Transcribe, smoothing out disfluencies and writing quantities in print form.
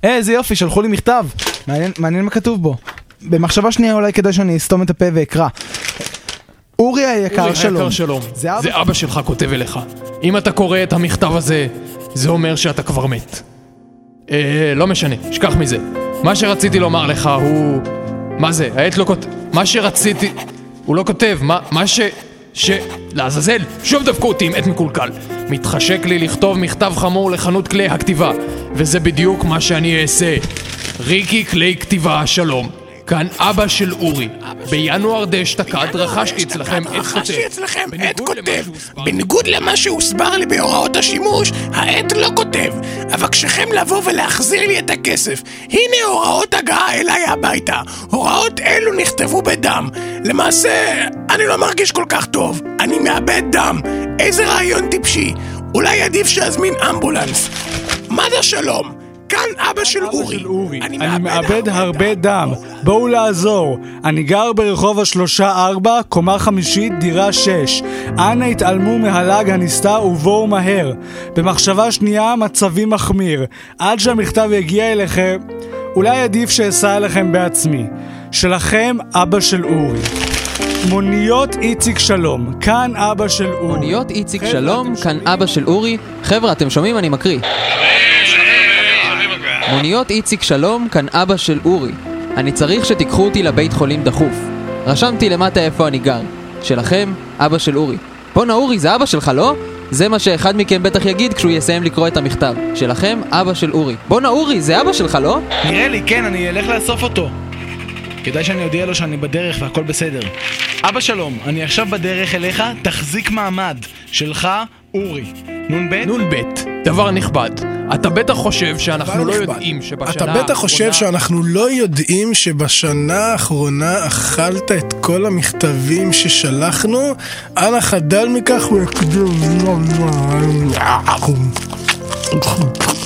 איזה יופי, שלחו לי מכתב. מעניין מה כתוב בו. במחשבה שנייה אולי כדאי שאני אסתום את הפה ואקרא. אורי היקר שלום. זה אבא שלך כותב אליך. אם אתה קורא את המכתב הזה, זה אומר שאתה כבר מת. לא משנה, שכח מזה. מה שרציתי לומר לך הוא... מה זה? העט לא כותב... מה שרציתי... הוא לא כותב. מה לעזאזל, שוב דפקו אותי עם עט מקולקל. מתחשק לי לכתוב מכתב חמור לחנות כלי הכתיבה, וזה בדיוק מה שאני אעשה. ריקי כלי כתיבה, שלום. כאן אבא של אורי. בינואר דשתקד רכשתי אצלכם עט כותב. בניגוד למה שהוסבר לי בהוראות השימוש, העט לא כותב. אבקשכם לבוא ולהחזיר לי את הכסף. הנה הוראות הגעה אליי הביתה. הוראות אלו נכתבו בדם. למעשה, אני לא מרגיש כל כך טוב. אני מאבד דם. איזה רעיון טיפשי. אולי עדיף שאזמין אמבולנס. מד"א שלום. כאן אבא של אורי. אני מאבד הרבה דם. בואו לעזור. אני גר ברחוב 3-4, קומה 5, דירה 6. אנא התעלמו מהלג הנסתר ובואו מהר. במחשבה שנייה מצבי מחמיר. עד שהמכתב יגיע אליכם, אולי עדיף שאסע אליכם בעצמי. שלכם אבא של אורי. מוניות איציק שלום, כאן אבא של אורי. מוניות איציק שלום, כאן אבא של אורי. חבר'ה, אתם שומעים? אני מקריא. מוניות איציק שלום, כאן אבא של אורי. אני צריך שתיקחו אותי לבית חולים דחוף. רשמתי למטה איפה אני גר. שלכם, אבא של אורי. בואנה אורי, זה אבא שלך, לא? זה מה שאחד מכם בטח יגיד כשהוא יסיים לקרוא את המכתב. שלכם, אבא של אורי. בואנה אורי, זה אבא שלך, לא? נראה לי, כן, אני אלך לאסוף אותו. כדאי שאני אודיע לו שאני בדרך והכל בסדר. אבא שלום, אני עכשיו בדרך אליך, תחזיק מעמד. שלך, אורי. נון בית. דבר נכבד, אתה בטח חושב שאנחנו לא יודעים שבשנה האחרונה אכלת את כל המכתבים ששלחנו. אנא חדל מכך ויקדם.